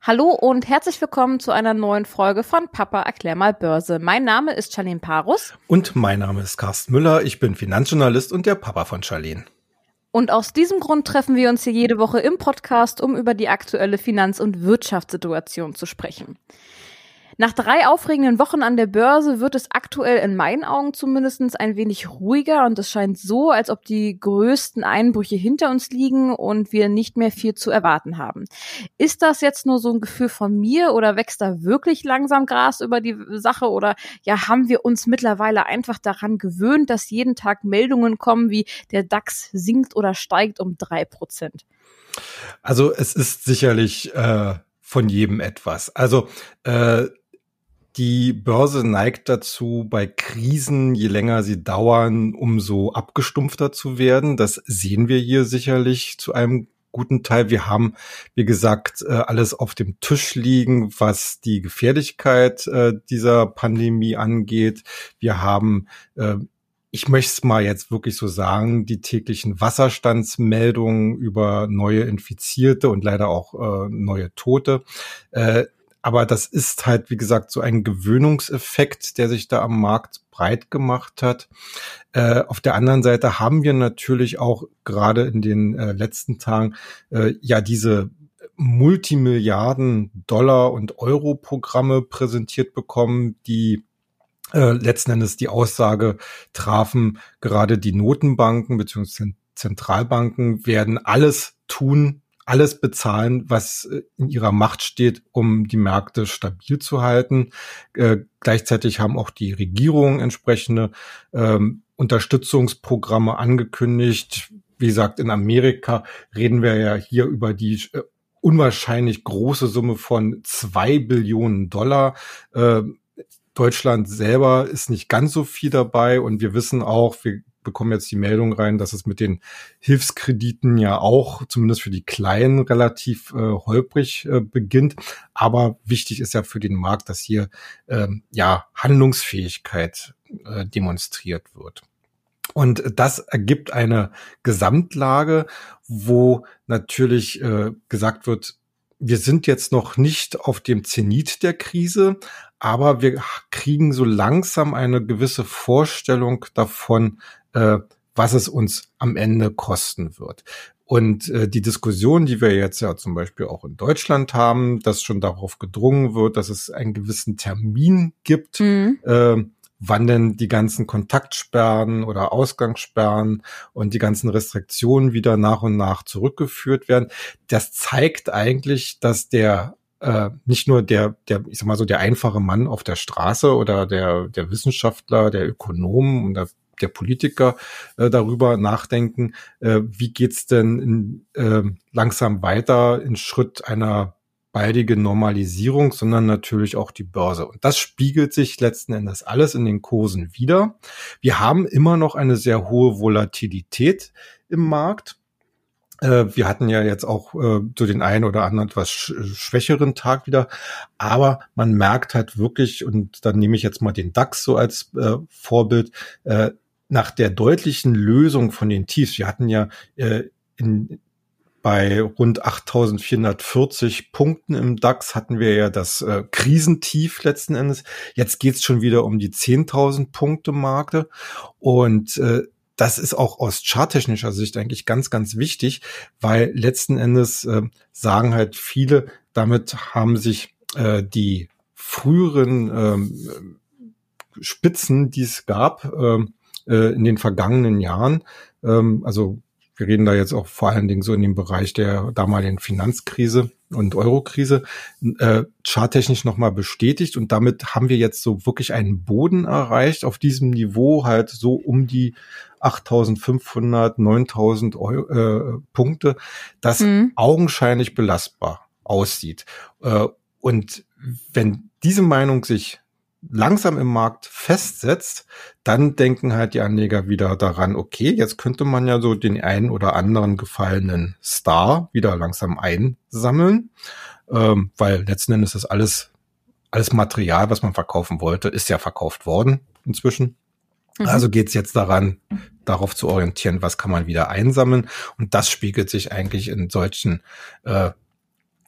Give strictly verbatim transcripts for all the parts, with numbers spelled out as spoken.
Hallo und herzlich willkommen zu einer neuen Folge von Papa erklär mal Börse. Mein Name ist Charlene Parus. Und mein Name ist Carsten Müller. Ich bin Finanzjournalist und der Papa von Charlene. Und aus diesem Grund treffen wir uns hier jede Woche im Podcast, um über die aktuelle Finanz- und Wirtschaftssituation zu sprechen. Nach drei aufregenden Wochen an der Börse wird es aktuell in meinen Augen zumindest ein wenig ruhiger und es scheint so, als ob die größten Einbrüche hinter uns liegen und wir nicht mehr viel zu erwarten haben. Ist das jetzt nur so ein Gefühl von mir oder wächst da wirklich langsam Gras über die Sache oder ja, haben wir uns mittlerweile einfach daran gewöhnt, dass jeden Tag Meldungen kommen, wie der DAX sinkt oder steigt um drei Prozent? Also es ist sicherlich äh, von jedem etwas. Also äh, Die Börse neigt dazu, bei Krisen, je länger sie dauern, umso abgestumpfter zu werden. Das sehen wir hier sicherlich zu einem guten Teil. Wir haben, wie gesagt, alles auf dem Tisch liegen, was die Gefährlichkeit dieser Pandemie angeht. Wir haben, ich möchte es mal jetzt wirklich so sagen, die täglichen Wasserstandsmeldungen über neue Infizierte und leider auch neue Tote. Aber das ist halt, wie gesagt, so ein Gewöhnungseffekt, der sich da am Markt breit gemacht hat. Äh, auf der anderen Seite haben wir natürlich auch gerade in den äh, letzten Tagen äh, ja diese Multimilliarden Dollar- und Euro-Programme präsentiert bekommen, die äh, letzten Endes die Aussage trafen, gerade die Notenbanken bzw. Zentralbanken werden alles tun, alles bezahlen, was in ihrer Macht steht, um die Märkte stabil zu halten. Äh, gleichzeitig haben auch die Regierungen entsprechende ähm, Unterstützungsprogramme angekündigt. Wie gesagt, in Amerika reden wir ja hier über die äh, unwahrscheinlich große Summe von zwei Billionen Dollar. Äh, Deutschland selber ist nicht ganz so viel dabei und wir wissen auch, wir bekommen jetzt die Meldung rein, dass es mit den Hilfskrediten ja auch, zumindest für die Kleinen, relativ äh, holprig äh, beginnt. Aber wichtig ist ja für den Markt, dass hier ähm, ja Handlungsfähigkeit äh, demonstriert wird. Und das ergibt eine Gesamtlage, wo natürlich äh, gesagt wird, wir sind jetzt noch nicht auf dem Zenit der Krise, aber wir kriegen so langsam eine gewisse Vorstellung davon, äh, was es uns am Ende kosten wird. Und äh, die Diskussion, die wir jetzt ja zum Beispiel auch in Deutschland haben, dass schon darauf gedrungen wird, dass es einen gewissen Termin gibt, mhm. äh, wann denn die ganzen Kontaktsperren oder Ausgangssperren und die ganzen Restriktionen wieder nach und nach zurückgeführt werden. Das zeigt eigentlich, dass der äh, nicht nur der, der, ich sag mal so, der einfache Mann auf der Straße oder der, der Wissenschaftler, der Ökonom und der, der Politiker äh, darüber nachdenken, äh, wie geht's denn in, äh, langsam weiter in Schritt einer baldige Normalisierung, sondern natürlich auch die Börse. Und das spiegelt sich letzten Endes alles in den Kursen wider. Wir haben immer noch eine sehr hohe Volatilität im Markt. Äh, wir hatten ja jetzt auch äh, so den einen oder anderen etwas sch- schwächeren Tag wieder. Aber man merkt halt wirklich, und dann nehme ich jetzt mal den DAX so als äh, Vorbild, äh, nach der deutlichen Lösung von den Tiefs. Wir hatten ja äh, in bei rund achttausendvierhundertvierzig Punkten im DAX hatten wir ja das äh, Krisentief letzten Endes. Jetzt geht's schon wieder um die zehntausend Punkte Marke. Und äh, das ist auch aus charttechnischer Sicht eigentlich ganz, ganz wichtig, weil letzten Endes äh, sagen halt viele, damit haben sich äh, die früheren ähm, Spitzen, die es gab äh, äh, in den vergangenen Jahren, ähm, also wir reden da jetzt auch vor allen Dingen so in dem Bereich der damaligen Finanzkrise und Eurokrise, äh, charttechnisch nochmal bestätigt. Und damit haben wir jetzt so wirklich einen Boden erreicht auf diesem Niveau, halt so um die achttausendfünfhundert, neuntausend Euro, äh, Punkte, das mhm. augenscheinlich belastbar aussieht. Äh, und wenn diese Meinung sich langsam im Markt festsetzt, dann denken halt die Anleger wieder daran, okay, jetzt könnte man ja so den einen oder anderen gefallenen Star wieder langsam einsammeln, ähm, weil letzten Endes ist alles, alles Material, was man verkaufen wollte, ist ja verkauft worden inzwischen. Mhm. Also geht's jetzt daran, darauf zu orientieren, was kann man wieder einsammeln, und das spiegelt sich eigentlich in solchen äh,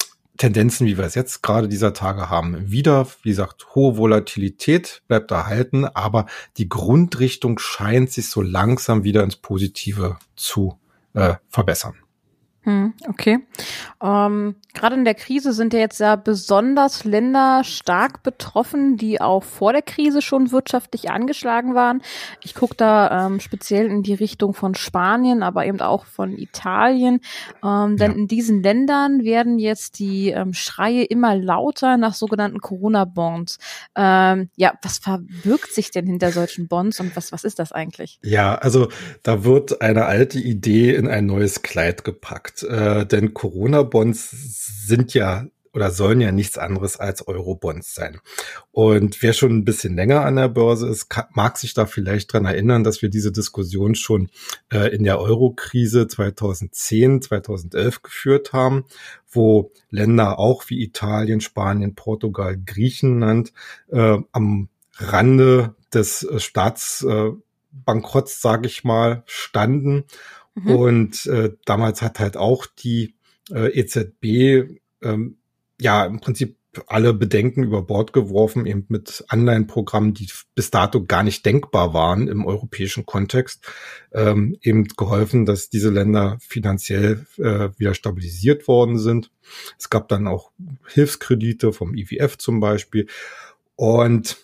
Tendenzen, wie wir es jetzt gerade dieser Tage haben, wieder. Wie gesagt, hohe Volatilität bleibt erhalten, aber die Grundrichtung scheint sich so langsam wieder ins Positive zu äh, verbessern. Hm, okay. Ähm, gerade in der Krise sind ja jetzt ja besonders Länder stark betroffen, die auch vor der Krise schon wirtschaftlich angeschlagen waren. Ich gucke da ähm, speziell in die Richtung von Spanien, aber eben auch von Italien. Ähm, denn Ja. in diesen Ländern werden jetzt die ähm, Schreie immer lauter nach sogenannten Corona-Bonds. Ähm, ja, was verbirgt sich denn hinter solchen Bonds und was, was ist das eigentlich? Ja, also da wird eine alte Idee in ein neues Kleid gepackt. Äh, denn Corona-Bonds sind ja oder sollen ja nichts anderes als Euro-Bonds sein. Und wer schon ein bisschen länger an der Börse ist, kann, mag sich da vielleicht dran erinnern, dass wir diese Diskussion schon äh, in der Euro-Krise zweitausendzehn, zweitausendelf geführt haben, wo Länder auch wie Italien, Spanien, Portugal, Griechenland äh, am Rande des äh, Staatsbankrotts, sage ich mal, standen. Mhm. Und äh, damals hat halt auch die äh, E Z B ähm, ja im Prinzip alle Bedenken über Bord geworfen, eben mit Anleihenprogrammen, die bis dato gar nicht denkbar waren im europäischen Kontext, ähm, eben geholfen, dass diese Länder finanziell äh, wieder stabilisiert worden sind. Es gab dann auch Hilfskredite vom I W F zum Beispiel. Und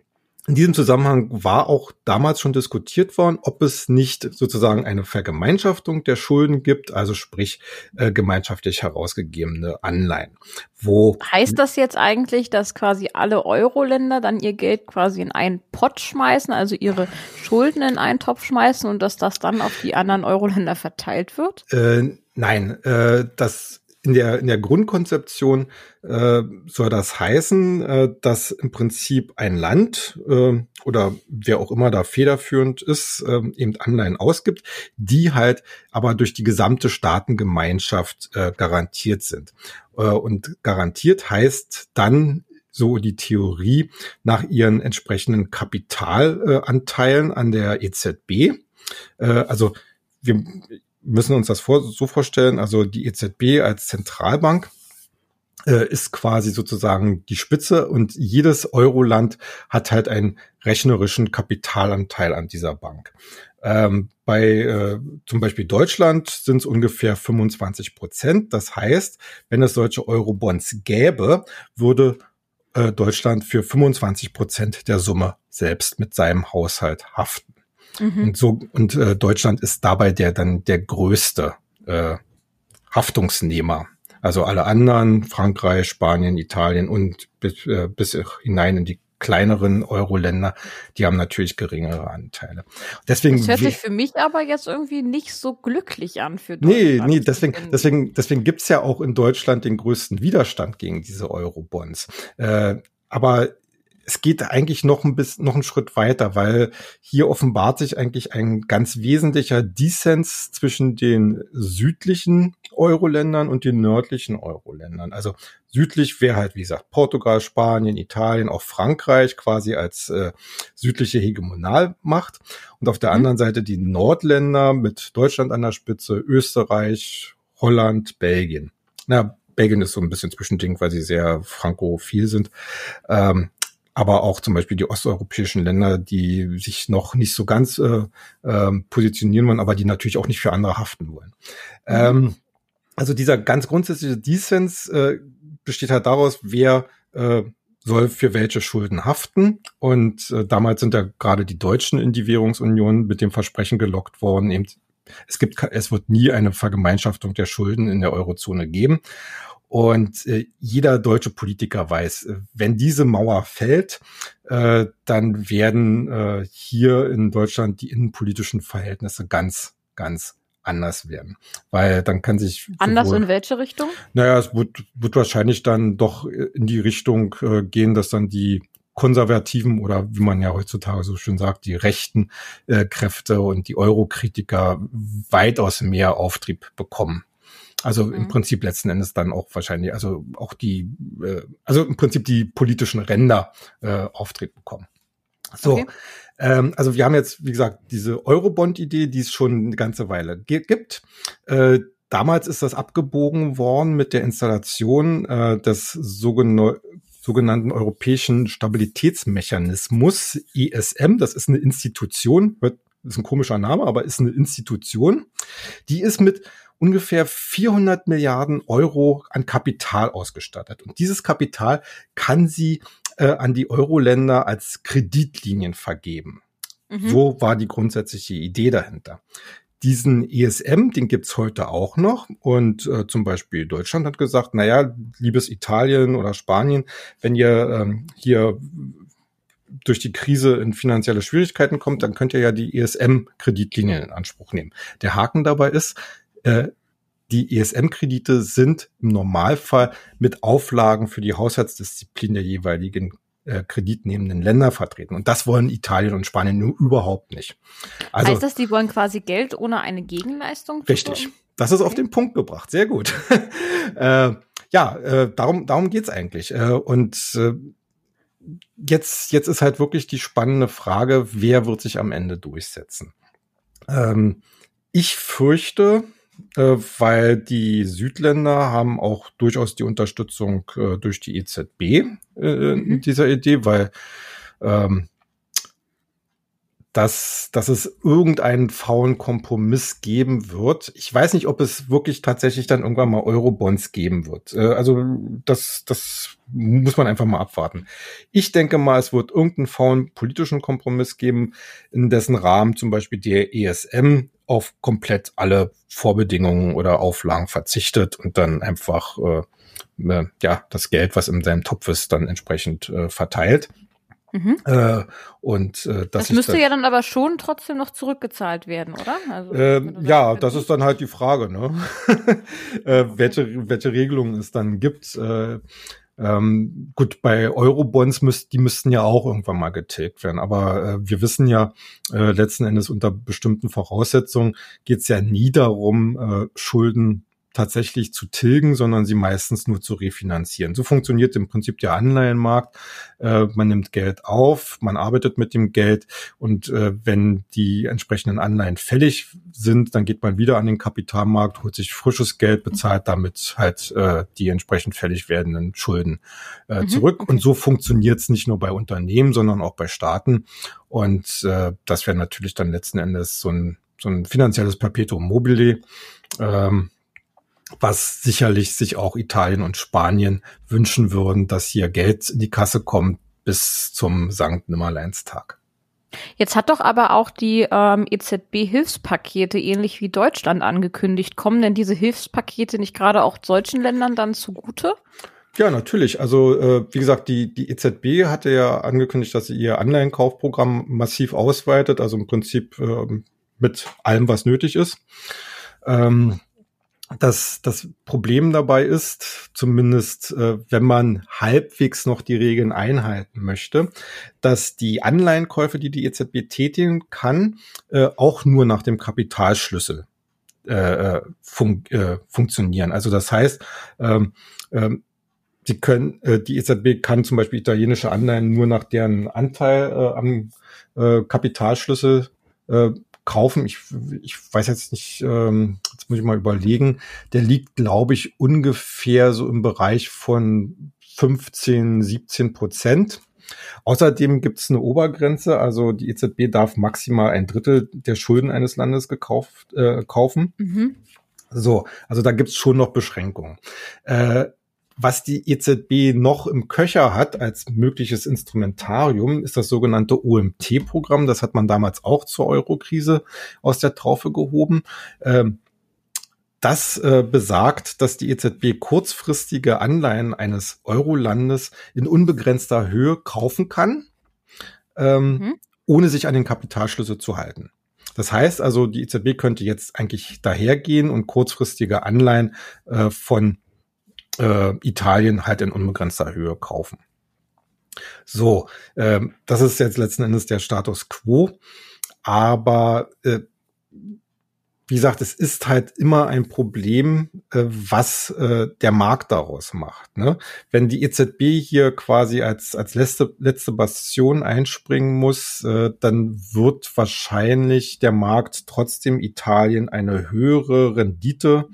in diesem Zusammenhang war auch damals schon diskutiert worden, ob es nicht sozusagen eine Vergemeinschaftung der Schulden gibt, also sprich äh, gemeinschaftlich herausgegebene Anleihen. Wo heißt das jetzt eigentlich, dass quasi alle Euro-Länder dann ihr Geld quasi in einen Pott schmeißen, also ihre Schulden in einen Topf schmeißen und dass das dann auf die anderen Euro-Länder verteilt wird? Äh, nein, äh, das In der, in der Grundkonzeption äh, soll das heißen, äh, dass im Prinzip ein Land äh, oder wer auch immer da federführend ist, äh, eben Anleihen ausgibt, die halt aber durch die gesamte Staatengemeinschaft äh, garantiert sind. Äh, und garantiert heißt dann, so die Theorie, nach ihren entsprechenden Kapitalanteilen äh, an der E Z B. Äh, also wir müssen uns das vor, so vorstellen, also die E Z B als Zentralbank äh, ist quasi sozusagen die Spitze und jedes Euroland hat halt einen rechnerischen Kapitalanteil an dieser Bank. Ähm, bei äh, zum Beispiel Deutschland sind es ungefähr fünfundzwanzig Prozent. Das heißt, wenn es solche Eurobonds gäbe, würde äh, Deutschland für fünfundzwanzig Prozent der Summe selbst mit seinem Haushalt haften. Mhm. Und so und äh, Deutschland ist dabei der dann der größte äh, Haftungsnehmer. Also alle anderen, Frankreich, Spanien, Italien und bis, äh, bis hinein in die kleineren Euro-Länder, die haben natürlich geringere Anteile. Deswegen das hört sich für mich aber jetzt irgendwie nicht so glücklich an für Deutschland. Nee, nee, deswegen, deswegen, deswegen gibt's ja auch in Deutschland den größten Widerstand gegen diese Euro-Bonds. Äh, aber es geht eigentlich noch ein bisschen, noch einen Schritt weiter, weil hier offenbart sich eigentlich ein ganz wesentlicher Dissens zwischen den südlichen Euro-Ländern und den nördlichen Euro-Ländern. Also südlich wäre halt, wie gesagt, Portugal, Spanien, Italien, auch Frankreich quasi als äh, südliche Hegemonalmacht. Und auf der mhm. anderen Seite die Nordländer mit Deutschland an der Spitze, Österreich, Holland, Belgien. Na, Belgien ist so ein bisschen Zwischending, weil sie sehr frankophil sind. Ähm, aber auch zum Beispiel die osteuropäischen Länder, die sich noch nicht so ganz äh, äh, positionieren wollen, aber die natürlich auch nicht für andere haften wollen. Mhm. Ähm, also dieser ganz grundsätzliche Dissens äh, besteht halt daraus, wer äh, soll für welche Schulden haften. Und äh, damals sind ja gerade die Deutschen in die Währungsunion mit dem Versprechen gelockt worden, eben, es gibt, es wird nie eine Vergemeinschaftung der Schulden in der Eurozone geben. Und äh, jeder deutsche Politiker weiß, wenn diese Mauer fällt, äh, dann werden äh, hier in Deutschland die innenpolitischen Verhältnisse ganz, ganz anders werden. Weil dann kann sich... Anders sowohl, in welche Richtung? Naja, es wird, wird wahrscheinlich dann doch in die Richtung äh, gehen, dass dann die Konservativen oder wie man ja heutzutage so schön sagt, die rechten äh, Kräfte und die Eurokritiker weitaus mehr Auftrieb bekommen. Also im mhm. Prinzip letzten Endes dann auch wahrscheinlich, also auch die, äh, also im Prinzip die politischen Ränder äh, Auftrieb bekommen. So, okay. ähm, also wir haben jetzt, wie gesagt, diese Eurobond-Idee, die es schon eine ganze Weile g- gibt. Äh, damals ist das abgebogen worden mit der Installation äh, des sogenannten sogenannten Europäischen Stabilitätsmechanismus, E S M. Das ist eine Institution, ist ein komischer Name, aber ist eine Institution, die ist mit ungefähr vierhundert Milliarden Euro an Kapital ausgestattet. Und dieses Kapital kann sie äh, an die Euro-Länder als Kreditlinien vergeben. Mhm. So war die grundsätzliche Idee dahinter. Diesen E S M, den gibt's heute auch noch. Und äh, zum Beispiel Deutschland hat gesagt, naja, liebes Italien oder Spanien, wenn ihr ähm, hier durch die Krise in finanzielle Schwierigkeiten kommt, dann könnt ihr ja die E S M-Kreditlinien in Anspruch nehmen. Der Haken dabei ist, äh, die E S M-Kredite sind im Normalfall mit Auflagen für die Haushaltsdisziplin der jeweiligen äh, kreditnehmenden Länder vertreten. Und das wollen Italien und Spanien nur überhaupt nicht. Also, heißt das, die wollen quasi Geld ohne eine Gegenleistung? Richtig. Das ist okay. Auf den Punkt gebracht. Sehr gut. äh, ja, äh, darum, darum geht's eigentlich. Äh, und äh, jetzt, jetzt ist halt wirklich die spannende Frage, wer wird sich am Ende durchsetzen? Ähm, ich fürchte, äh, weil die Südländer haben auch durchaus die Unterstützung äh, durch die E Z B äh, in dieser Idee, weil ähm, dass, dass es irgendeinen faulen Kompromiss geben wird. Ich weiß nicht, ob es wirklich tatsächlich dann irgendwann mal Eurobonds geben wird. Äh, also das, das muss man einfach mal abwarten. Ich denke mal, es wird irgendeinen faulen politischen Kompromiss geben, in dessen Rahmen zum Beispiel der E S M auf komplett alle Vorbedingungen oder Auflagen verzichtet und dann einfach äh, äh, ja das Geld, was in seinem Topf ist, dann entsprechend äh, verteilt. Mhm. Äh, und äh, das müsste dann, ja dann aber schon trotzdem noch zurückgezahlt werden, oder? Also, äh, ja, das ist dann halt die Frage, ne? äh, welche welche Regelungen es dann gibt. Äh, ähm, gut, bei Eurobonds müsst, die müssten ja auch irgendwann mal getilgt werden. Aber äh, wir wissen ja, äh, letzten Endes unter bestimmten Voraussetzungen geht es ja nie darum, äh, Schulden tatsächlich zu tilgen, sondern sie meistens nur zu refinanzieren. So funktioniert im Prinzip der Anleihenmarkt. Äh, man nimmt Geld auf, man arbeitet mit dem Geld und äh, wenn die entsprechenden Anleihen fällig sind, dann geht man wieder an den Kapitalmarkt, holt sich frisches Geld, bezahlt damit halt äh, die entsprechend fällig werdenden Schulden äh, mhm. zurück. Und so funktioniert es nicht nur bei Unternehmen, sondern auch bei Staaten. Und äh, das wäre natürlich dann letzten Endes so ein, so ein finanzielles Perpetuum mobile, ähm, was sicherlich sich auch Italien und Spanien wünschen würden, dass hier Geld in die Kasse kommt bis zum Sankt Nimmerleinstag. Jetzt hat doch aber auch die ähm, E Z B Hilfspakete ähnlich wie Deutschland angekündigt. Kommen denn diese Hilfspakete nicht gerade auch solchen Ländern dann zugute? Ja, natürlich. Also äh, wie gesagt, die die E Z B hatte ja angekündigt, dass sie ihr Anleihenkaufprogramm massiv ausweitet, also im Prinzip äh, mit allem, was nötig ist. Ähm, Das, das Problem dabei ist, zumindest äh, wenn man halbwegs noch die Regeln einhalten möchte, dass die Anleihenkäufe, die die E Z B tätigen kann, äh, auch nur nach dem Kapitalschlüssel äh, fun- äh, funktionieren. Also das heißt, ähm, ähm, sie können, äh, die E Z B kann zum Beispiel italienische Anleihen nur nach deren Anteil äh, am äh, Kapitalschlüssel äh, kaufen. Ich, ich weiß jetzt nicht, ähm, jetzt muss ich mal überlegen, der liegt, glaube ich, ungefähr so im Bereich von fünfzehn, siebzehn Prozent. Außerdem gibt es eine Obergrenze, also die E Z B darf maximal ein Drittel der Schulden eines Landes gekauft, äh, kaufen. Mhm. So, also da gibt es schon noch Beschränkungen. Äh, Was die E Z B noch im Köcher hat als mögliches Instrumentarium, ist das sogenannte O M T-Programm. Das hat man damals auch zur Euro-Krise aus der Traufe gehoben. Das besagt, dass die E Z B kurzfristige Anleihen eines Euro-Landes in unbegrenzter Höhe kaufen kann, mhm. ohne sich an den Kapitalschlüssel zu halten. Das heißt also, die E Z B könnte jetzt eigentlich dahergehen und kurzfristige Anleihen von Äh, Italien halt in unbegrenzter Höhe kaufen. So, ähm, das ist jetzt letzten Endes der Status quo. Aber äh, wie gesagt, es ist halt immer ein Problem, äh, was äh, der Markt daraus macht. Ne? Wenn die E Z B hier quasi als als letzte letzte Bastion einspringen muss, äh, dann wird wahrscheinlich der Markt trotzdem Italien eine höhere Rendite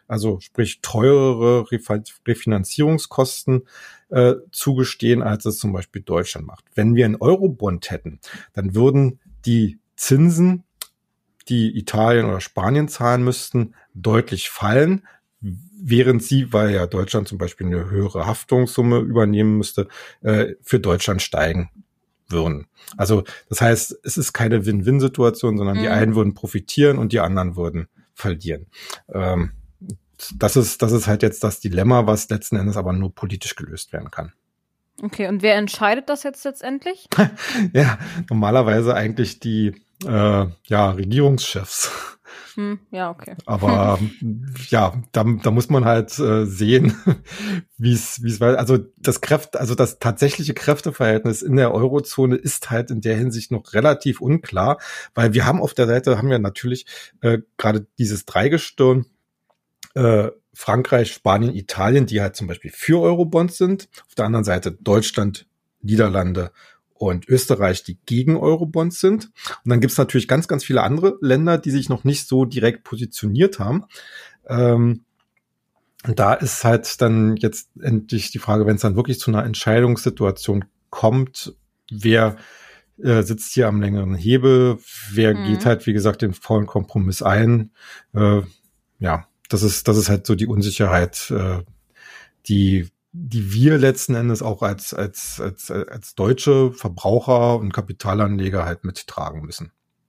also sprich teurere Refinanzierungskosten äh, zugestehen, als es zum Beispiel Deutschland macht. Wenn wir einen Eurobond hätten, dann würden die Zinsen, die Italien oder Spanien zahlen müssten, deutlich fallen, während sie, weil ja Deutschland zum Beispiel eine höhere Haftungssumme übernehmen müsste, äh, für Deutschland steigen würden. Also das heißt, es ist keine Win-Win-Situation, sondern mhm. die einen würden profitieren und die anderen würden verlieren. Ähm, das ist, das ist halt jetzt das Dilemma, was letzten Endes aber nur politisch gelöst werden kann. Okay, und wer entscheidet das jetzt letztendlich? Ja, normalerweise eigentlich die äh, ja, Regierungschefs. Hm, ja, okay. Aber ja, da, da muss man halt äh, sehen, wie es, wie es war. Also das Kräfte, also das tatsächliche Kräfteverhältnis in der Eurozone ist halt in der Hinsicht noch relativ unklar, weil wir haben auf der Seite haben wir natürlich äh, gerade dieses Dreigestirn äh, Frankreich, Spanien, Italien, die halt zum Beispiel für Eurobonds sind. Auf der anderen Seite Deutschland, Niederlande und Österreich, die gegen Eurobonds sind. Und dann gibt es natürlich ganz, ganz viele andere Länder, die sich noch nicht so direkt positioniert haben. Ähm, und da ist halt dann jetzt endlich die Frage, wenn es dann wirklich zu einer Entscheidungssituation kommt, wer äh, sitzt hier am längeren Hebel, wer mhm. geht halt, wie gesagt, den vollen Kompromiss ein. Äh, ja, das ist, das ist halt so die Unsicherheit, äh, die die wir letzten Endes auch als, als, als, als deutsche Verbraucher und Kapitalanleger halt mittragen müssen.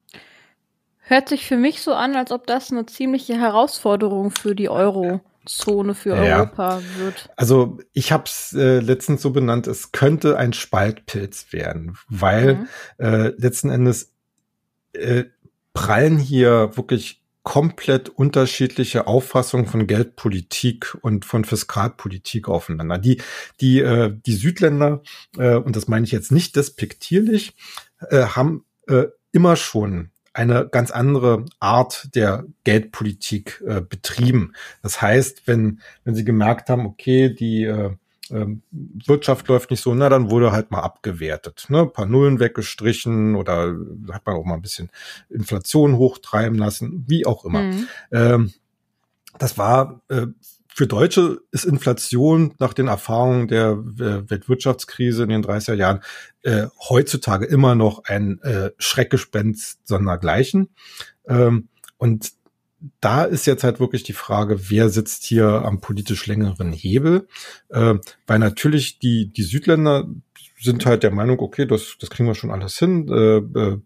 Hört sich für mich so an, als ob das eine ziemliche Herausforderung für die Eurozone, für ja. Europa wird. Also ich habe es äh, letztens so benannt, es könnte ein Spaltpilz werden, weil mhm. äh, letzten Endes äh, prallen hier wirklich komplett unterschiedliche Auffassungen von Geldpolitik und von Fiskalpolitik aufeinander. Die die äh, die Südländer äh, und das meine ich jetzt nicht despektierlich, äh, haben äh, immer schon eine ganz andere Art der Geldpolitik äh, betrieben. Das heißt, wenn wenn sie gemerkt haben, okay, die äh, Ähm, Wirtschaft läuft nicht so, na, dann wurde halt mal abgewertet, ne, ein paar Nullen weggestrichen oder hat man auch mal ein bisschen Inflation hochtreiben lassen, wie auch immer. Mhm. Ähm, das war, äh, für Deutsche ist Inflation nach den Erfahrungen der äh, Weltwirtschaftskrise in den dreißiger Jahren äh, heutzutage immer noch ein äh, Schreckgespenst sondergleichen. Ähm, und da ist jetzt halt wirklich die Frage, wer sitzt hier am politisch längeren Hebel? Äh, weil natürlich die die Südländer sind halt der Meinung, okay, das das kriegen wir schon alles hin. Äh,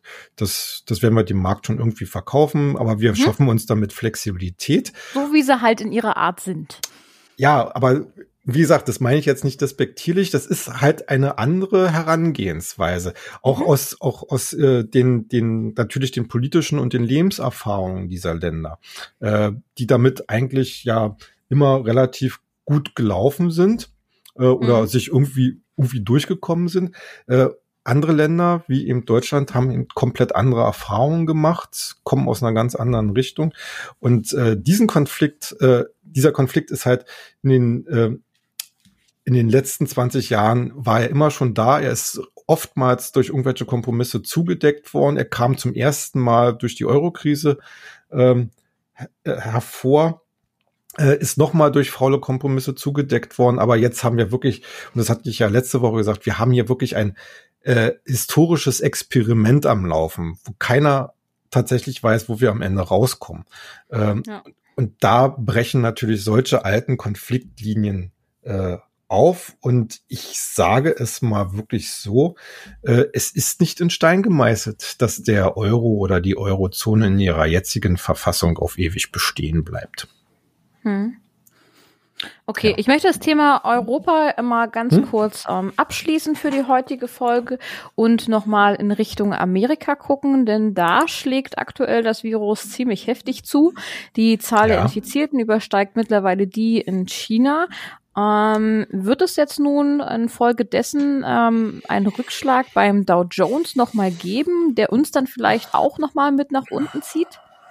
das das werden wir dem Markt schon irgendwie verkaufen, aber wir mhm. schaffen uns damit Flexibilität. So wie sie halt in ihrer Art sind. Ja, aber wie gesagt, das meine ich jetzt nicht despektierlich, das ist halt eine andere Herangehensweise. Auch mhm. aus, auch aus äh, den, den, natürlich den politischen und den Lebenserfahrungen dieser Länder, äh, die damit eigentlich ja immer relativ gut gelaufen sind äh, oder mhm. sich irgendwie, irgendwie durchgekommen sind. Äh, Andere Länder, wie eben Deutschland, haben eben komplett andere Erfahrungen gemacht, kommen aus einer ganz anderen Richtung. Und äh, diesen Konflikt, äh, dieser Konflikt ist halt in den äh, in den letzten zwanzig Jahren war er immer schon da. Er ist oftmals durch irgendwelche Kompromisse zugedeckt worden. Er kam zum ersten Mal durch die Eurokrise ähm, hervor. Ist nochmal durch faule Kompromisse zugedeckt worden, aber jetzt haben wir wirklich, und das hatte ich ja letzte Woche gesagt, wir haben hier wirklich ein äh, historisches Experiment am Laufen, wo keiner tatsächlich weiß, wo wir am Ende rauskommen. Ähm, ja. Und da brechen natürlich solche alten Konfliktlinien äh, auf, und ich sage es mal wirklich so, äh, es ist nicht in Stein gemeißelt, dass der Euro oder die Eurozone in ihrer jetzigen Verfassung auf ewig bestehen bleibt. Hm. Okay, ja. Ich möchte das Thema Europa mal ganz hm? kurz ähm, abschließen für die heutige Folge und nochmal in Richtung Amerika gucken, denn da schlägt aktuell das Virus ziemlich heftig zu. Die Zahl ja. der Infizierten übersteigt mittlerweile die in China. Ähm, wird es jetzt nun infolgedessen ähm, einen Rückschlag beim Dow Jones nochmal geben, der uns dann vielleicht auch nochmal mit nach unten zieht?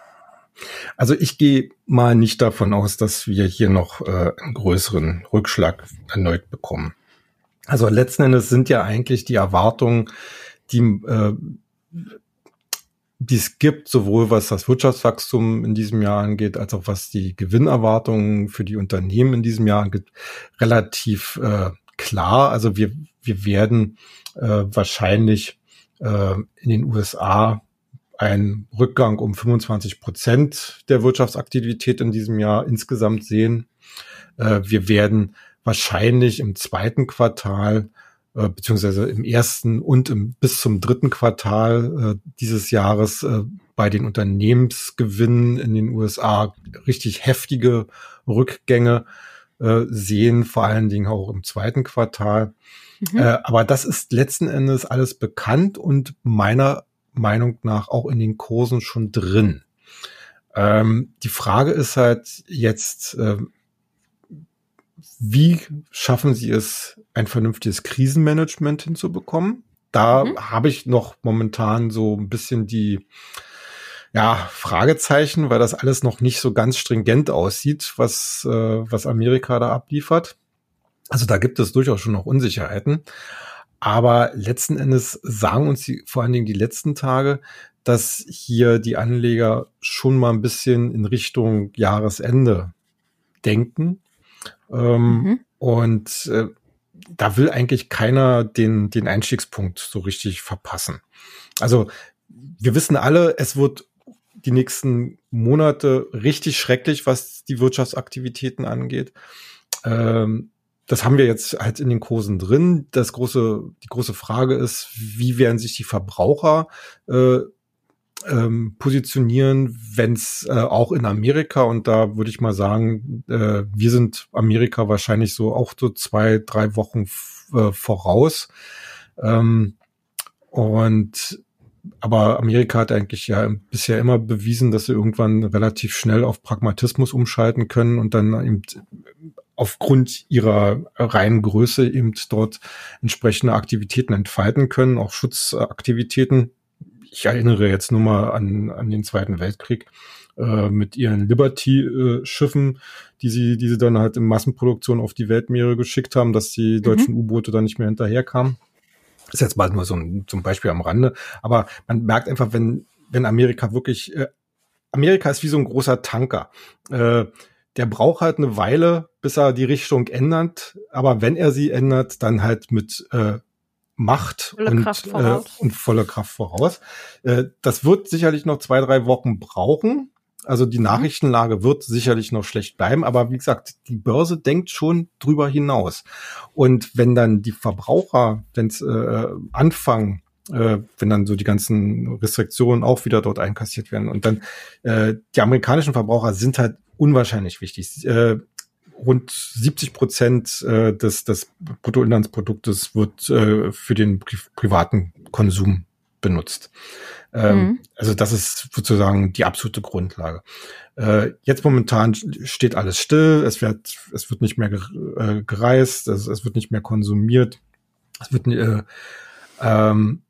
Also ich gehe mal nicht davon aus, dass wir hier noch äh, einen größeren Rückschlag erneut bekommen. Also letzten Endes sind ja eigentlich die Erwartungen, die äh, die es gibt, sowohl was das Wirtschaftswachstum in diesem Jahr angeht, als auch was die Gewinnerwartungen für die Unternehmen in diesem Jahr angeht, relativ äh, klar. Also wir wir werden äh, wahrscheinlich äh, in den U S A einen Rückgang um fünfundzwanzig Prozent der Wirtschaftsaktivität in diesem Jahr insgesamt sehen. Äh, wir werden wahrscheinlich im zweiten Quartal äh, beziehungsweise im ersten und im, bis zum dritten Quartal äh, dieses Jahres äh, bei den Unternehmensgewinnen in den U S A richtig heftige Rückgänge äh, sehen, vor allen Dingen auch im zweiten Quartal. Mhm. Äh, aber das ist letzten Endes alles bekannt und meiner Meinung nach auch in den Kursen schon drin. Ähm, die Frage ist halt jetzt, äh, wie schaffen Sie es, ein vernünftiges Krisenmanagement hinzubekommen? Da mhm. habe ich noch momentan so ein bisschen die ja, Fragezeichen, weil das alles noch nicht so ganz stringent aussieht, was, äh, was Amerika da abliefert. Also da gibt es durchaus schon noch Unsicherheiten. Aber letzten Endes sagen uns die, vor allen Dingen die letzten Tage, dass hier die Anleger schon mal ein bisschen in Richtung Jahresende denken. Ähm, mhm. Und äh, da will eigentlich keiner den, den Einstiegspunkt so richtig verpassen. Also wir wissen alle, es wird die nächsten Monate richtig schrecklich, was die Wirtschaftsaktivitäten angeht. Ähm, das haben wir jetzt halt in den Kursen drin. Das große, die große Frage ist, wie werden sich die Verbraucher äh, ähm, positionieren, wenn es äh, auch in Amerika, und da würde ich mal sagen, äh, wir sind Amerika wahrscheinlich so auch so zwei, drei Wochen f- äh, voraus. Ähm, und aber Amerika hat eigentlich ja bisher immer bewiesen, dass sie irgendwann relativ schnell auf Pragmatismus umschalten können und dann eben aufgrund ihrer reinen Größe eben dort entsprechende Aktivitäten entfalten können, auch Schutzaktivitäten. Ich erinnere jetzt nur mal an, an den Zweiten Weltkrieg äh, mit ihren Liberty-Schiffen, äh, die sie, die sie dann halt in Massenproduktion auf die Weltmeere geschickt haben, dass die deutschen mhm. U-Boote dann nicht mehr hinterherkamen. Das ist jetzt mal nur so ein, so ein Beispiel am Rande. Aber man merkt einfach, wenn, wenn Amerika wirklich, äh, Amerika ist wie so ein großer Tanker. Äh, der braucht halt eine Weile, bis er die Richtung ändert. Aber wenn er sie ändert, dann halt mit äh, Macht und, äh, und voller Kraft voraus. Äh, das wird sicherlich noch zwei, drei Wochen brauchen. Also die Nachrichtenlage wird sicherlich noch schlecht bleiben, aber wie gesagt, die Börse denkt schon drüber hinaus. Und wenn dann die Verbraucher, wenn es äh, anfangen, äh, wenn dann so die ganzen Restriktionen auch wieder dort einkassiert werden und dann äh, die amerikanischen Verbraucher sind halt unwahrscheinlich wichtig. Äh, rund siebzig Prozent äh, des, des Bruttoinlandsproduktes wird äh, für den pri- privaten Konsum benutzt. Ähm, mhm. Also das ist sozusagen die absolute Grundlage. Äh, jetzt momentan steht alles still, es wird, es wird nicht mehr äh, gereist, es, es wird nicht mehr konsumiert. Es wird, äh, ähm,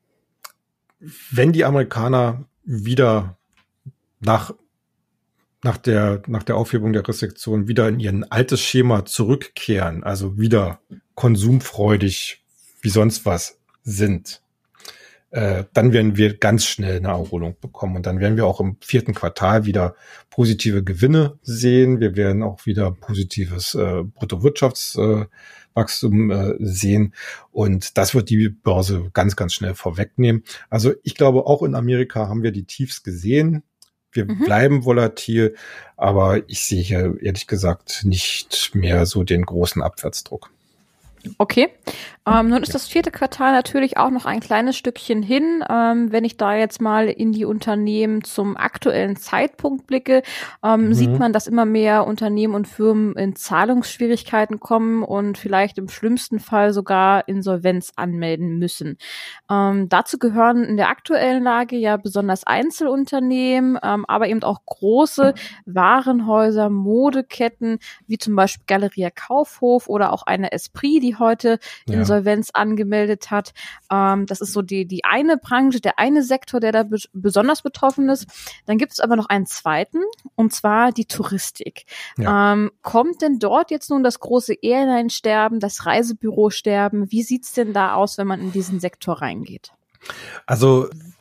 wenn die Amerikaner wieder nach nach der nach der Aufhebung der Restriktion wieder in ihren altes Schema zurückkehren, also wieder konsumfreudig wie sonst was sind, äh, dann werden wir ganz schnell eine Erholung bekommen. Und dann werden wir auch im vierten Quartal wieder positive Gewinne sehen. Wir werden auch wieder positives äh, Bruttowirtschaftswachstum äh, äh, sehen. Und das wird die Börse ganz, ganz schnell vorwegnehmen. Also ich glaube, auch in Amerika haben wir die Tiefs gesehen. Wir mhm. bleiben volatil, aber ich sehe hier ehrlich gesagt nicht mehr so den großen Abwärtsdruck. Okay, ähm, nun ist ja. das vierte Quartal natürlich auch noch ein kleines Stückchen hin. Ähm, wenn ich da jetzt mal in die Unternehmen zum aktuellen Zeitpunkt blicke, ähm, mhm. sieht man, dass immer mehr Unternehmen und Firmen in Zahlungsschwierigkeiten kommen und vielleicht im schlimmsten Fall sogar Insolvenz anmelden müssen. Ähm, dazu gehören in der aktuellen Lage ja besonders Einzelunternehmen, ähm, aber eben auch große Warenhäuser, Modeketten, wie zum Beispiel Galeria Kaufhof oder auch eine Esprit, die heute ja. Insolvenz angemeldet hat. Ähm, das ist so die die eine Branche, der eine Sektor, der da be- besonders betroffen ist. Dann gibt es aber noch einen zweiten, und zwar die Touristik. Ja. Ähm, kommt denn dort jetzt nun das große Airline-Sterben, das Reisebüro-Sterben? Wie sieht's denn da aus, wenn man in diesen Sektor reingeht? Also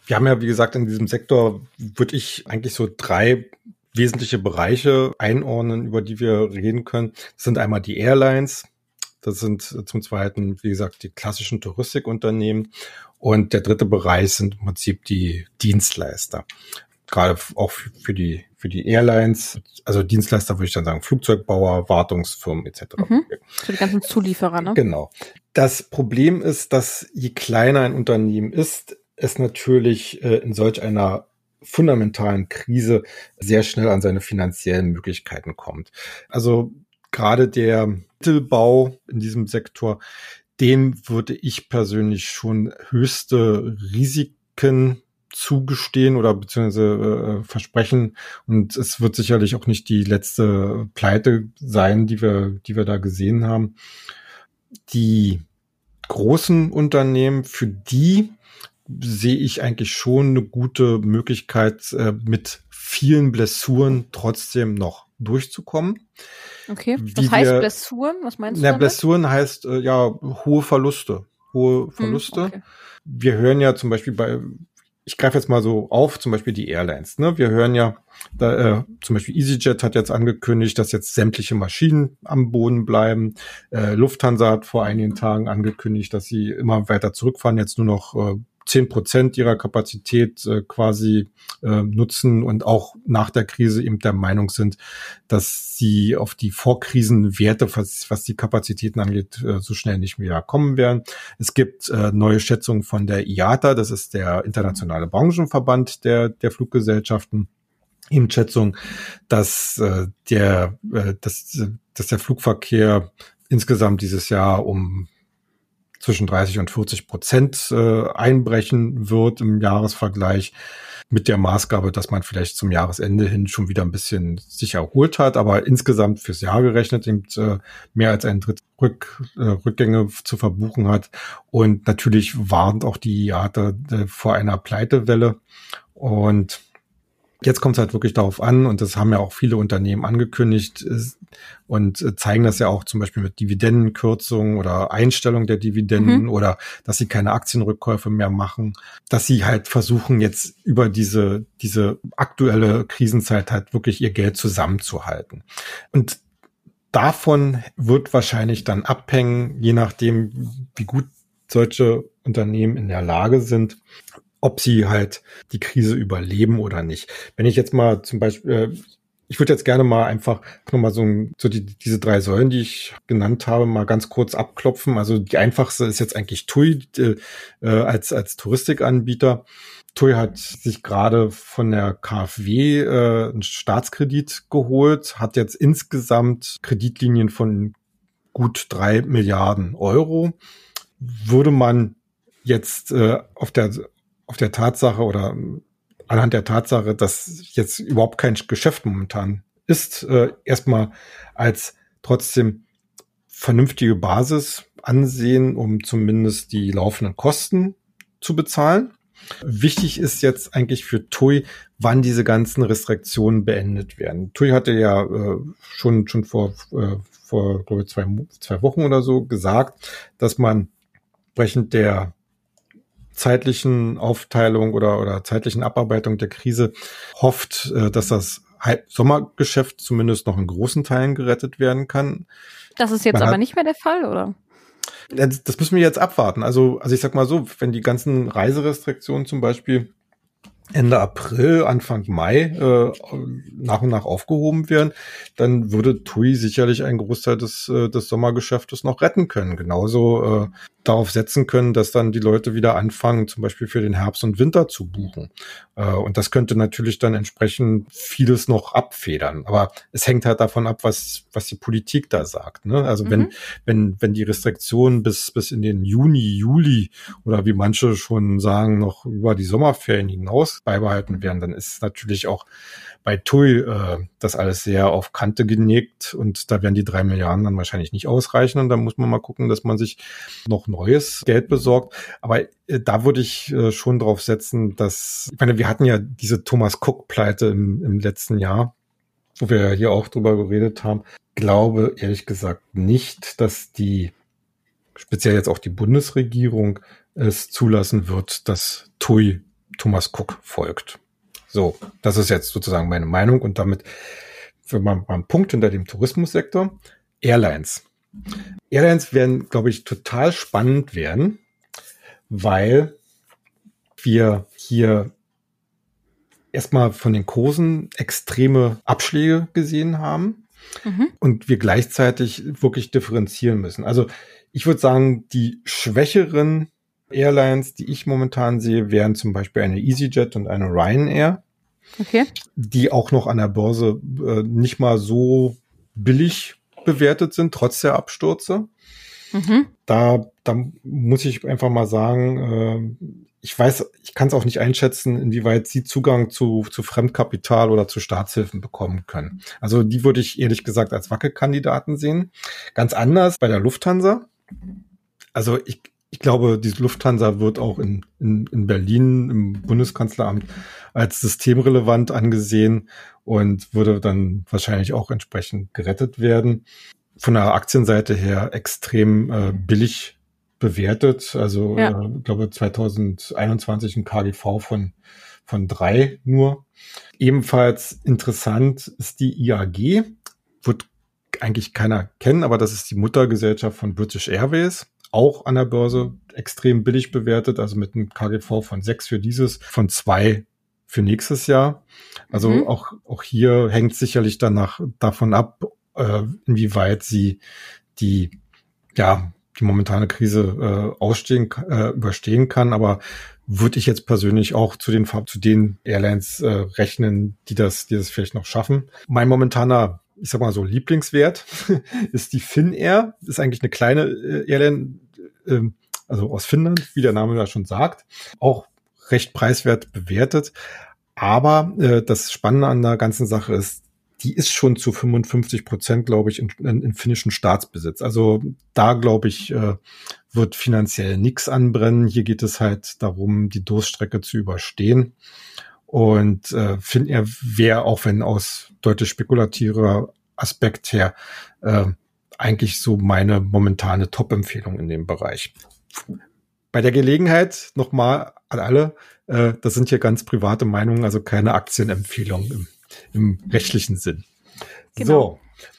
Wir haben ja, wie gesagt, in diesem Sektor würde ich eigentlich so drei wesentliche Bereiche einordnen, über die wir reden können. Das sind einmal die Airlines, das sind zum Zweiten, wie gesagt, die klassischen Touristikunternehmen und der dritte Bereich sind im Prinzip die Dienstleister. Gerade auch für die für die Airlines, also Dienstleister würde ich dann sagen, Flugzeugbauer, Wartungsfirmen et cetera. Mhm. Für die ganzen Zulieferer, ne? Genau. Das Problem ist, dass je kleiner ein Unternehmen ist, es natürlich äh, in solch einer fundamentalen Krise sehr schnell an seine finanziellen Möglichkeiten kommt. Also gerade der Mittelbau in diesem Sektor, dem würde ich persönlich schon höchste Risiken zugestehen oder beziehungsweise äh, versprechen. Und es wird sicherlich auch nicht die letzte Pleite sein, die wir, die wir da gesehen haben. Die großen Unternehmen, für die sehe ich eigentlich schon eine gute Möglichkeit, äh, mit vielen Blessuren trotzdem noch durchzukommen. Okay, was heißt wir, Blessuren? Was meinst du na, damit? Blessuren heißt äh, ja hohe Verluste. Hohe Verluste. Hm, okay. Wir hören ja zum Beispiel bei, ich greife jetzt mal so auf, zum Beispiel die Airlines. Ne? Wir hören ja, da, äh, zum Beispiel EasyJet hat jetzt angekündigt, dass jetzt sämtliche Maschinen am Boden bleiben. Äh, Lufthansa hat vor einigen Tagen angekündigt, dass sie immer weiter zurückfahren, jetzt nur noch äh, zehn Prozent ihrer Kapazität äh, quasi äh, nutzen und auch nach der Krise eben der Meinung sind, dass sie auf die Vorkrisenwerte, was, was die Kapazitäten angeht, äh, so schnell nicht mehr kommen werden. Es gibt äh, neue Schätzungen von der I A T A, das ist der internationale Branchenverband der, der Fluggesellschaften, in Schätzung, dass äh, der, äh, dass, dass der Flugverkehr insgesamt dieses Jahr um zwischen dreißig und vierzig Prozent äh, einbrechen wird im Jahresvergleich, mit der Maßgabe, dass man vielleicht zum Jahresende hin schon wieder ein bisschen sich erholt hat, aber insgesamt fürs Jahr gerechnet eben äh, mehr als ein Drittel Rück, äh, Rückgänge zu verbuchen hat. Und natürlich warnt auch die I A T A äh, vor einer Pleitewelle. Und jetzt kommt es halt wirklich darauf an, und das haben ja auch viele Unternehmen angekündigt und zeigen das ja auch zum Beispiel mit Dividendenkürzungen oder Einstellung der Dividenden mhm. oder dass sie keine Aktienrückkäufe mehr machen, dass sie halt versuchen, jetzt über diese diese aktuelle Krisenzeit halt wirklich ihr Geld zusammenzuhalten. Und davon wird wahrscheinlich dann abhängen, je nachdem, wie gut solche Unternehmen in der Lage sind, ob sie halt die Krise überleben oder nicht. Wenn ich jetzt mal zum Beispiel, äh, ich würde jetzt gerne mal einfach nochmal so, so die, diese drei Säulen, die ich genannt habe, mal ganz kurz abklopfen. Also die einfachste ist jetzt eigentlich T U I äh, als, als Touristikanbieter. T U I hat sich gerade von der KfW äh, einen Staatskredit geholt, hat jetzt insgesamt Kreditlinien von gut drei Milliarden Euro. Würde man jetzt äh, auf der auf der Tatsache oder anhand der Tatsache, dass jetzt überhaupt kein Geschäft momentan ist, äh, erstmal als trotzdem vernünftige Basis ansehen, um zumindest die laufenden Kosten zu bezahlen. Wichtig ist jetzt eigentlich für T U I, wann diese ganzen Restriktionen beendet werden. T U I hatte ja äh, schon schon vor äh, vor glaube ich zwei zwei Wochen oder so gesagt, dass man entsprechend der zeitlichen Aufteilung oder oder zeitlichen Abarbeitung der Krise hofft, äh, dass das Sommergeschäft zumindest noch in großen Teilen gerettet werden kann. Das ist jetzt man aber hat, nicht mehr der Fall, oder? Das, das müssen wir jetzt abwarten. Also also ich sag mal so, wenn die ganzen Reiserestriktionen zum Beispiel Ende April, Anfang Mai äh, nach und nach aufgehoben werden, dann würde T U I sicherlich einen Großteil des, äh, des Sommergeschäftes noch retten können. Genauso äh, darauf setzen können, dass dann die Leute wieder anfangen, zum Beispiel für den Herbst und Winter zu buchen. Äh, und das könnte natürlich dann entsprechend vieles noch abfedern. Aber es hängt halt davon ab, was was die Politik da sagt. Ne? Also mhm. wenn wenn wenn die Restriktionen bis bis in den Juni, Juli oder wie manche schon sagen, noch über die Sommerferien hinaus beibehalten werden, dann ist natürlich auch bei T U I äh, das alles sehr auf Kante gelegt und da werden die drei Milliarden dann wahrscheinlich nicht ausreichen und da muss man mal gucken, dass man sich noch neues Geld besorgt. Aber äh, da würde ich äh, schon drauf setzen, dass, ich meine, wir hatten ja diese Thomas Cook-Pleite im, im letzten Jahr, wo wir ja hier auch drüber geredet haben. Glaube ehrlich gesagt nicht, dass die, speziell jetzt auch die Bundesregierung, es zulassen wird, dass T U I Thomas Cook folgt. So, das ist jetzt sozusagen meine Meinung und damit für mal einen Punkt hinter dem Tourismussektor. Airlines. Airlines werden, glaube ich, total spannend werden, weil wir hier erstmal von den Kursen extreme Abschläge gesehen haben mhm. und wir gleichzeitig wirklich differenzieren müssen. Also ich würde sagen, die schwächeren Airlines, die ich momentan sehe, wären zum Beispiel eine EasyJet und eine Ryanair, okay. die auch noch an der Börse äh, nicht mal so billig bewertet sind, trotz der Abstürze. Mhm. Da, da muss ich einfach mal sagen, äh, ich weiß, ich kann es auch nicht einschätzen, inwieweit sie Zugang zu, zu Fremdkapital oder zu Staatshilfen bekommen können. Also die würde ich ehrlich gesagt als Wackelkandidaten sehen. Ganz anders bei der Lufthansa. Also ich, ich glaube, die Lufthansa wird auch in, in, in Berlin im Bundeskanzleramt als systemrelevant angesehen und würde dann wahrscheinlich auch entsprechend gerettet werden. Von der Aktienseite her extrem äh, billig bewertet. Also ja. äh, ich glaube zwanzig einundzwanzig ein K G V von, von drei nur. Ebenfalls interessant ist die I A G. Wird eigentlich keiner kennen, aber das ist die Muttergesellschaft von British Airways. Auch an der Börse extrem billig bewertet, also mit einem K G V von sechs für dieses, von zwei für nächstes Jahr. Also mhm. auch, auch hier hängt sicherlich danach davon ab, äh, inwieweit sie die, ja, die momentane Krise äh, ausstehen, äh, überstehen kann. Aber würde ich jetzt persönlich auch zu den, zu den Airlines äh, rechnen, die das, die das vielleicht noch schaffen. Mein momentaner, ich sag mal so, Lieblingswert ist die Finnair. Ist eigentlich eine kleine äh, Airline, äh, also aus Finnland, wie der Name da schon sagt. Auch recht preiswert bewertet. Aber äh, das Spannende an der ganzen Sache ist, die ist schon zu fünfundfünfzig Prozent, glaube ich, in, in, in finnischen Staatsbesitz. Also da, glaube ich, äh, wird finanziell nichts anbrennen. Hier geht es halt darum, die Durststrecke zu überstehen. Und äh, Finnair wäre, auch wenn aus deutlich spekulativer Aspekt her, äh, eigentlich so meine momentane Top-Empfehlung in dem Bereich. Bei der Gelegenheit nochmal an alle, äh, das sind hier ganz private Meinungen, also keine Aktienempfehlung im, im rechtlichen Sinn. Genau.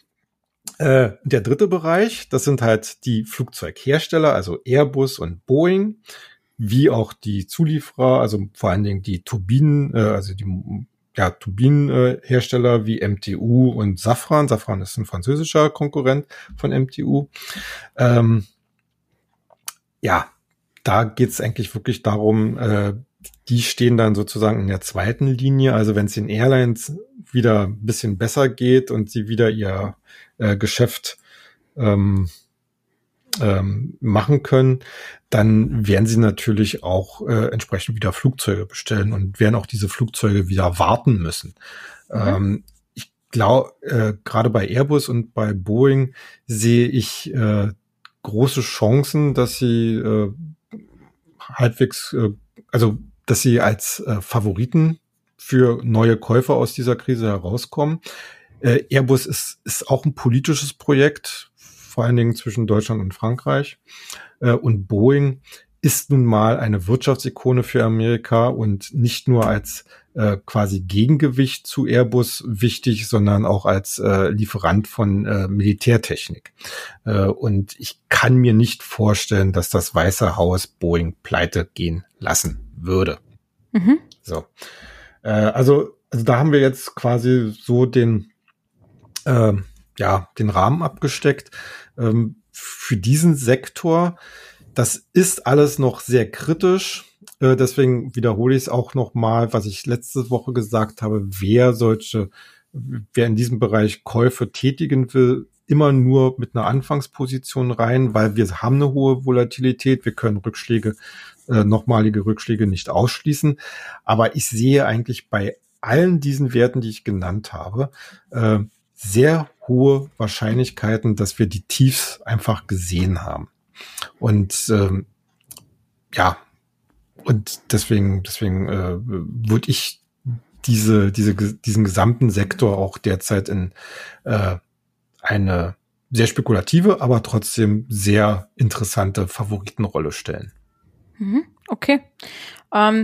So, äh, der dritte Bereich, das sind halt die Flugzeughersteller, also Airbus und Boeing, wie auch die Zulieferer, also vor allen Dingen die Turbinen, äh, also die ja, Turbinenhersteller äh, wie M T U und Safran. Safran ist ein französischer Konkurrent von M T U. Ähm, ja, da geht's eigentlich wirklich darum, äh, die stehen dann sozusagen in der zweiten Linie. Also wenn es den Airlines wieder ein bisschen besser geht und sie wieder ihr äh, Geschäft ähm, ähm, machen können, dann werden sie natürlich auch äh, entsprechend wieder Flugzeuge bestellen und werden auch diese Flugzeuge wieder warten müssen. Mhm. Ähm, ich glaube, äh, gerade bei Airbus und bei Boeing sehe ich äh, große Chancen, dass sie äh, halbwegs, äh, also dass sie als äh, Favoriten für neue Käufer aus dieser Krise herauskommen. Äh, Airbus ist, ist auch ein politisches Projekt, vor allen Dingen zwischen Deutschland und Frankreich. Äh, und Boeing ist nun mal eine Wirtschaftsikone für Amerika und nicht nur als äh, quasi Gegengewicht zu Airbus wichtig, sondern auch als äh, Lieferant von äh, Militärtechnik. Äh, und ich kann mir nicht vorstellen, dass das Weiße Haus Boeing pleite gehen lassen würde. Mhm. So, äh, also, also da haben wir jetzt quasi so den, äh, ja, den Rahmen abgesteckt. Ähm, für diesen Sektor, das ist alles noch sehr kritisch. Äh, deswegen wiederhole ich es auch noch mal, was ich letzte Woche gesagt habe. Wer solche, wer in diesem Bereich Käufe tätigen will, immer nur mit einer Anfangsposition rein, weil wir haben eine hohe Volatilität. Wir können Rückschläge, äh, nochmalige Rückschläge nicht ausschließen. Aber ich sehe eigentlich bei allen diesen Werten, die ich genannt habe, äh, sehr hohe Wahrscheinlichkeiten, dass wir die Tiefs einfach gesehen haben. Und ähm, ja, und deswegen, deswegen äh, würde ich diese, diese, diesen gesamten Sektor auch derzeit in äh, eine sehr spekulative, aber trotzdem sehr interessante Favoritenrolle stellen. Okay. Ähm,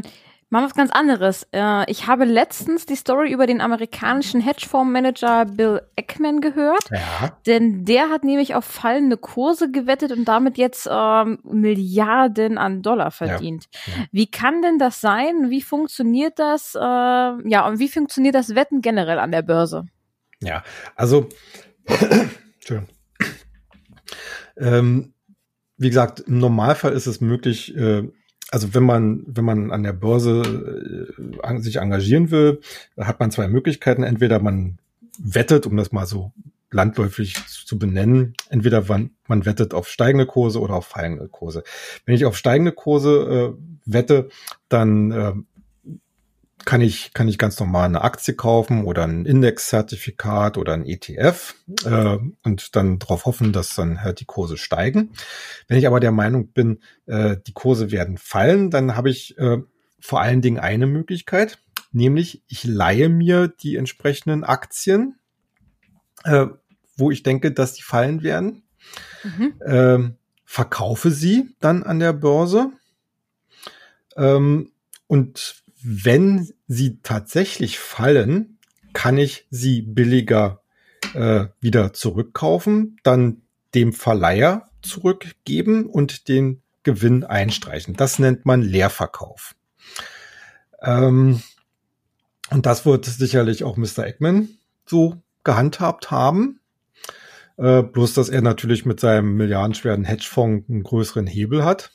Mal was ganz anderes. Äh, ich habe letztens die Story über den amerikanischen Hedgefondsmanager Bill Ackman gehört. Ja. Denn der hat nämlich auf fallende Kurse gewettet und damit jetzt ähm, Milliarden an Dollar verdient. Ja. Ja. Wie kann denn das sein? Wie funktioniert das? Äh, ja, und wie funktioniert das Wetten generell an der Börse? Ja, also Entschuldigung. Ähm, wie gesagt, im Normalfall ist es möglich, äh, also wenn man wenn man an der Börse äh, an, sich engagieren will, hat man zwei Möglichkeiten. Entweder man wettet, um das mal so landläufig zu, zu benennen, entweder man, man wettet auf steigende Kurse oder auf fallende Kurse. Wenn ich auf steigende Kurse äh, wette, dann äh, kann ich kann ich ganz normal eine Aktie kaufen oder ein Indexzertifikat oder ein E T F äh, und dann darauf hoffen, dass dann halt die Kurse steigen. Wenn ich aber der Meinung bin, äh, die Kurse werden fallen, dann habe ich äh, vor allen Dingen eine Möglichkeit, nämlich ich leihe mir die entsprechenden Aktien, äh, wo ich denke, dass die fallen werden, mhm. äh, verkaufe sie dann an der Börse ähm, und wenn sie tatsächlich fallen, kann ich sie billiger äh, wieder zurückkaufen, dann dem Verleiher zurückgeben und den Gewinn einstreichen. Das nennt man Leerverkauf. Ähm, und das wird sicherlich auch Mister Ackman so gehandhabt haben. Äh, bloß, dass er natürlich mit seinem milliardenschweren Hedgefonds einen größeren Hebel hat.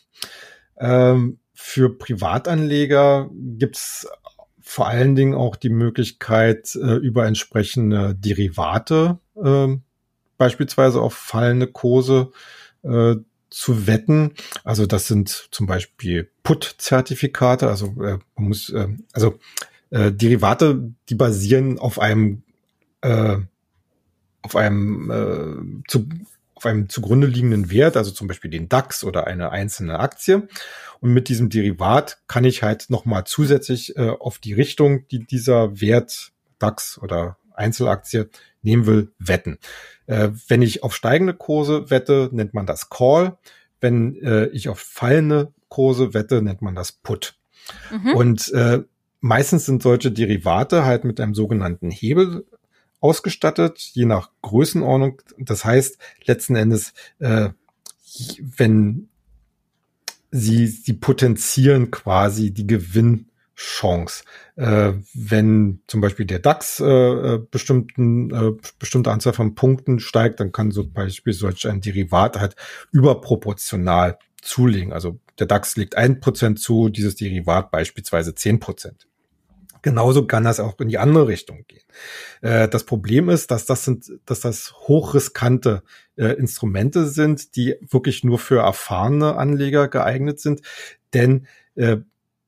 Ähm, Für Privatanleger gibt's vor allen Dingen auch die Möglichkeit, äh, über entsprechende Derivate, äh, beispielsweise auf fallende Kurse, äh, zu wetten. Also das sind zum Beispiel Put-Zertifikate. Also äh, man muss, äh, also äh, Derivate, die basieren auf einem, äh, auf einem äh, zu auf einem zugrunde liegenden Wert, also zum Beispiel den DAX oder eine einzelne Aktie. Und mit diesem Derivat kann ich halt nochmal zusätzlich äh, auf die Richtung, die dieser Wert DAX oder Einzelaktie nehmen will, wetten. Äh, wenn ich auf steigende Kurse wette, nennt man das Call. Wenn äh, ich auf fallende Kurse wette, nennt man das Put. Mhm. Und äh, meistens sind solche Derivate halt mit einem sogenannten Hebel ausgestattet, je nach Größenordnung. Das heißt, letzten Endes, äh, wenn sie, sie potenzieren quasi die Gewinnchance. Äh, wenn zum Beispiel der DAX äh, bestimmten, äh, bestimmte Anzahl von Punkten steigt, dann kann zum Beispiel solch ein Derivat halt überproportional zulegen. Also der DAX legt ein Prozent zu, dieses Derivat beispielsweise zehn Prozent. Genauso kann das auch in die andere Richtung gehen. Äh, das Problem ist, dass das sind, dass das hochriskante äh, Instrumente sind, die wirklich nur für erfahrene Anleger geeignet sind, denn äh,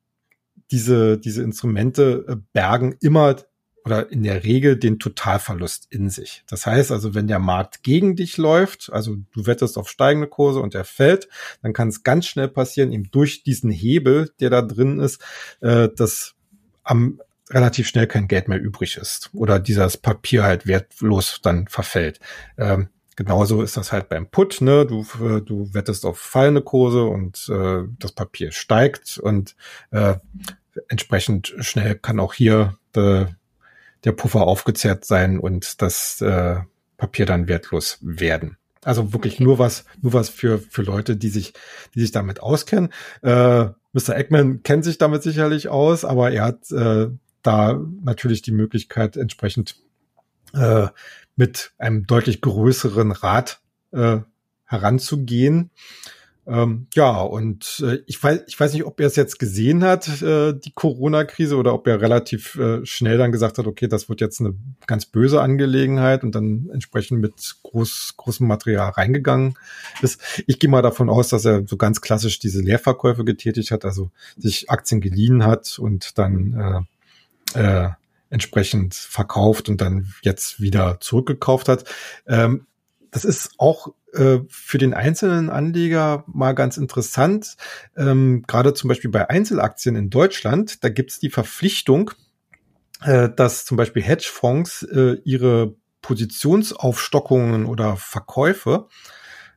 diese diese Instrumente äh, bergen immer oder in der Regel den Totalverlust in sich. Das heißt also, wenn der Markt gegen dich läuft, also du wettest auf steigende Kurse und er fällt, dann kann es ganz schnell passieren, eben durch diesen Hebel, der da drin ist, äh, dass am relativ schnell kein Geld mehr übrig ist oder dieses Papier halt wertlos dann verfällt. Ähm, genauso ist das halt beim Put, ne? Du, du wettest auf fallende Kurse und äh, das Papier steigt und äh, entsprechend schnell kann auch hier de, der Puffer aufgezehrt sein und das äh, Papier dann wertlos werden. Also wirklich okay. nur was, nur was für für Leute, die sich, die sich damit auskennen. Äh, Mister Ackman kennt sich damit sicherlich aus, aber er hat äh, da natürlich die Möglichkeit, entsprechend äh, mit einem deutlich größeren Rad äh, heranzugehen. Ähm, ja, und äh, ich weiß, ich weiß nicht, ob er es jetzt gesehen hat, äh, die Corona-Krise, oder ob er relativ äh, schnell dann gesagt hat, okay, das wird jetzt eine ganz böse Angelegenheit und dann entsprechend mit groß, großem Material reingegangen ist. Ich gehe mal davon aus, dass er so ganz klassisch diese Leerverkäufe getätigt hat, also sich Aktien geliehen hat und dann äh, äh, entsprechend verkauft und dann jetzt wieder zurückgekauft hat. Ähm, das ist auch äh, für den einzelnen Anleger mal ganz interessant. Ähm, gerade zum Beispiel bei Einzelaktien in Deutschland, da gibt es die Verpflichtung, äh, dass zum Beispiel Hedgefonds äh, ihre Positionsaufstockungen oder Verkäufe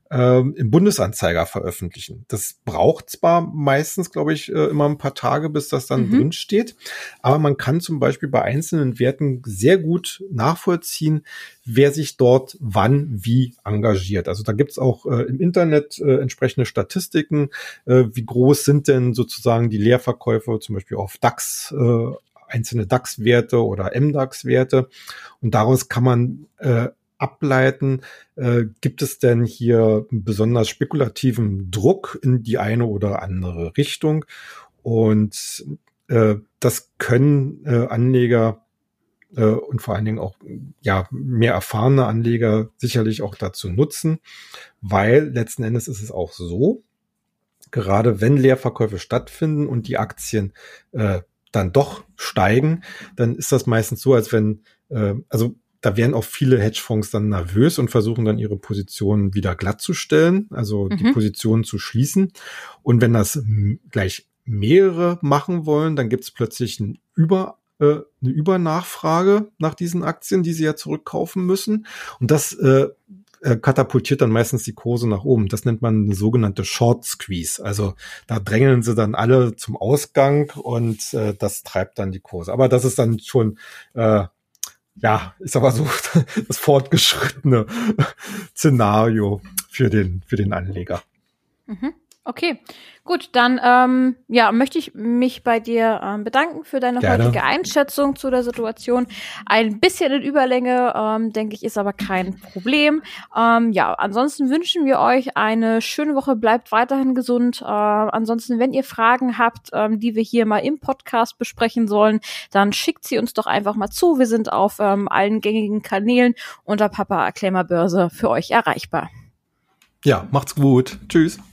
ähm, im Bundesanzeiger veröffentlichen. Das braucht zwar meistens, glaube ich, äh, immer ein paar Tage, bis das dann mhm. drin steht, aber man kann zum Beispiel bei einzelnen Werten sehr gut nachvollziehen, wer sich dort wann wie engagiert. Also da gibt's auch äh, im Internet äh, entsprechende Statistiken, äh, wie groß sind denn sozusagen die Leerverkäufe, zum Beispiel auf DAX, äh, einzelne DAX-Werte oder M DAX-Werte. Und daraus kann man äh, ableiten, äh, gibt es denn hier einen besonders spekulativen Druck in die eine oder andere Richtung. Und äh, das können äh, Anleger äh, und vor allen Dingen auch ja mehr erfahrene Anleger sicherlich auch dazu nutzen, weil letzten Endes ist es auch so, gerade wenn Leerverkäufe stattfinden und die Aktien äh, dann doch steigen, dann ist das meistens so, als wenn, äh, also da werden auch viele Hedgefonds dann nervös und versuchen dann ihre Positionen wieder glattzustellen, also mhm. die Positionen zu schließen. Und wenn das m- gleich mehrere machen wollen, dann gibt es plötzlich ein Über, äh, eine Übernachfrage nach diesen Aktien, die sie ja zurückkaufen müssen. Und das äh, katapultiert dann meistens die Kurse nach oben. Das nennt man eine sogenannte Short Squeeze. Also da drängeln sie dann alle zum Ausgang und äh, das treibt dann die Kurse. Aber das ist dann schon, äh, ja, ist aber so das fortgeschrittene Szenario für den, für den Anleger. Mhm. Okay, gut, dann ähm, ja, möchte ich mich bei dir ähm, bedanken für deine Gerne. heutige Einschätzung zu der Situation. Ein bisschen in Überlänge, ähm, denke ich, ist aber kein Problem. Ähm, ja, ansonsten wünschen wir euch eine schöne Woche, bleibt weiterhin gesund. Äh, ansonsten, wenn ihr Fragen habt, ähm, die wir hier mal im Podcast besprechen sollen, dann schickt sie uns doch einfach mal zu. Wir sind auf ähm, allen gängigen Kanälen unter Papa Erklär mal Börse für euch erreichbar. Ja, macht's gut. Tschüss.